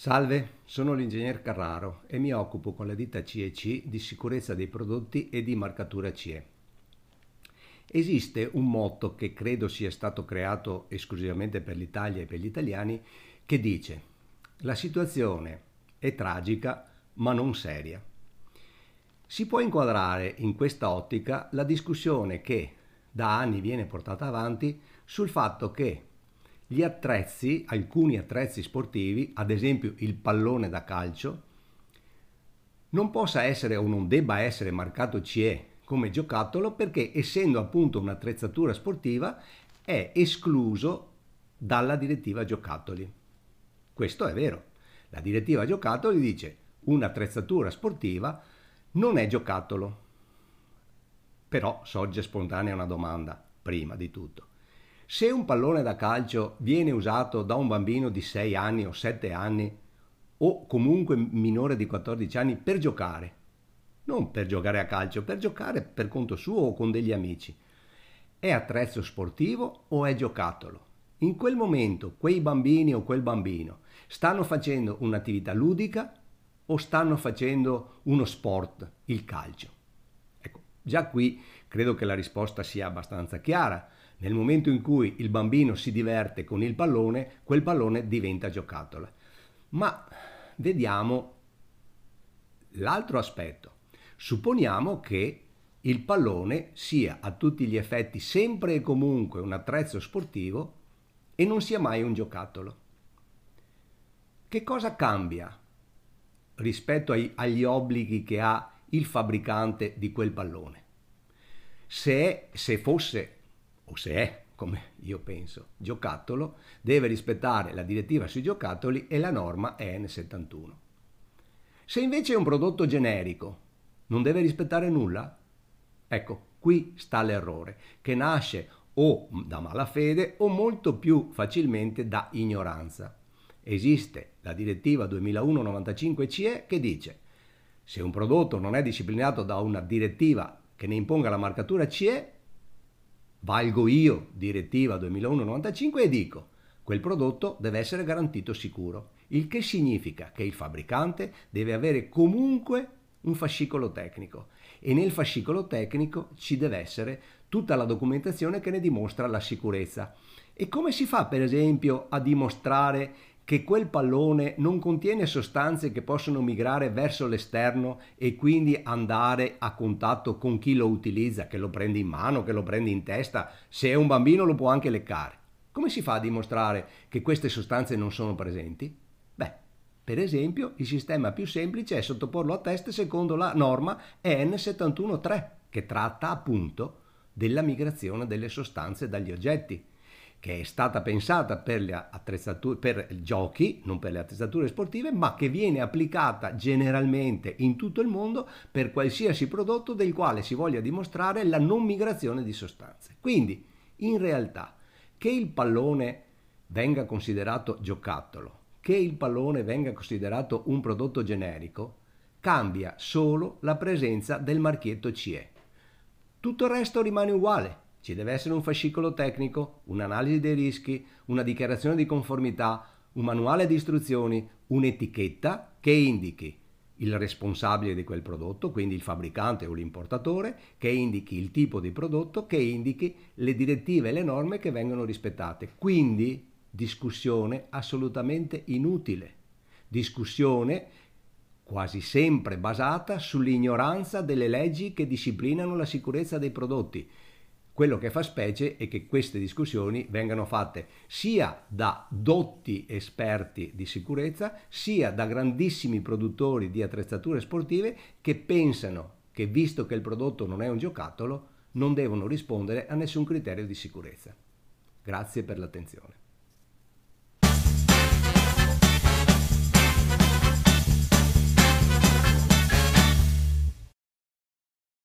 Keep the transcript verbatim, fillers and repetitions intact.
Salve, sono l'ingegner Carraro e mi occupo con la ditta C e C di sicurezza dei prodotti e di marcatura C E. Esiste un motto che credo sia stato creato esclusivamente per l'Italia e per gli italiani che dice: la situazione è tragica ma non seria. Si può inquadrare in questa ottica la discussione che da anni viene portata avanti sul fatto che gli attrezzi, alcuni attrezzi sportivi, ad esempio il pallone da calcio, non possa essere o non debba essere marcato C E come giocattolo perché, essendo appunto un'attrezzatura sportiva, è escluso dalla direttiva giocattoli. Questo è vero. La direttiva giocattoli dice un'attrezzatura sportiva non è giocattolo. Però sorge spontanea una domanda, prima di tutto. Se un pallone da calcio viene usato da un bambino di sei anni o sette anni o comunque minore di quattordici anni per giocare, non per giocare a calcio, per giocare per conto suo o con degli amici, è attrezzo sportivo o è giocattolo? In quel momento quei bambini o quel bambino stanno facendo un'attività ludica o stanno facendo uno sport, il calcio? Ecco, già qui credo che la risposta sia abbastanza chiara. Nel momento in cui il bambino si diverte con il pallone, quel pallone diventa giocattolo. Ma vediamo l'altro aspetto. Supponiamo che il pallone sia a tutti gli effetti sempre e comunque un attrezzo sportivo e non sia mai un giocattolo. Che cosa cambia rispetto ai, agli obblighi che ha il fabbricante di quel pallone? Se, è, se fosse o se è, come io penso, giocattolo, deve rispettare la direttiva sui giocattoli e la norma E N settantuno. Se invece è un prodotto generico, non deve rispettare nulla? Ecco, qui sta l'errore, che nasce o da malafede o molto più facilmente da ignoranza. Esiste la direttiva duemilauno novantacinque C E che dice: se un prodotto non è disciplinato da una direttiva che ne imponga la marcatura C E, valgo io, direttiva duemilauno novantacinque, e dico: quel prodotto deve essere garantito sicuro, il che significa che il fabbricante deve avere comunque un fascicolo tecnico e nel fascicolo tecnico ci deve essere tutta la documentazione che ne dimostra la sicurezza. E come si fa, per esempio, a dimostrare che quel pallone non contiene sostanze che possono migrare verso l'esterno e quindi andare a contatto con chi lo utilizza, che lo prende in mano, che lo prende in testa? Se è un bambino lo può anche leccare. Come si fa a dimostrare che queste sostanze non sono presenti? Beh, per esempio, il sistema più semplice è sottoporlo a test secondo la norma E N settantuno tre, che tratta appunto della migrazione delle sostanze dagli oggetti, che è stata pensata per le attrezzature, per i giochi, non per le attrezzature sportive, ma che viene applicata generalmente in tutto il mondo per qualsiasi prodotto del quale si voglia dimostrare la non migrazione di sostanze. Quindi, in realtà, che il pallone venga considerato giocattolo, che il pallone venga considerato un prodotto generico, cambia solo la presenza del marchietto C E. Tutto il resto rimane uguale. Ci deve essere un fascicolo tecnico, un'analisi dei rischi, una dichiarazione di conformità, un manuale di istruzioni, un'etichetta che indichi il responsabile di quel prodotto, quindi il fabbricante o l'importatore, che indichi il tipo di prodotto, che indichi le direttive e le norme che vengono rispettate. Quindi discussione assolutamente inutile. Discussione quasi sempre basata sull'ignoranza delle leggi che disciplinano la sicurezza dei prodotti. Quello che fa specie è che queste discussioni vengano fatte sia da dotti esperti di sicurezza, sia da grandissimi produttori di attrezzature sportive che pensano che, visto che il prodotto non è un giocattolo, non devono rispondere a nessun criterio di sicurezza. Grazie per l'attenzione.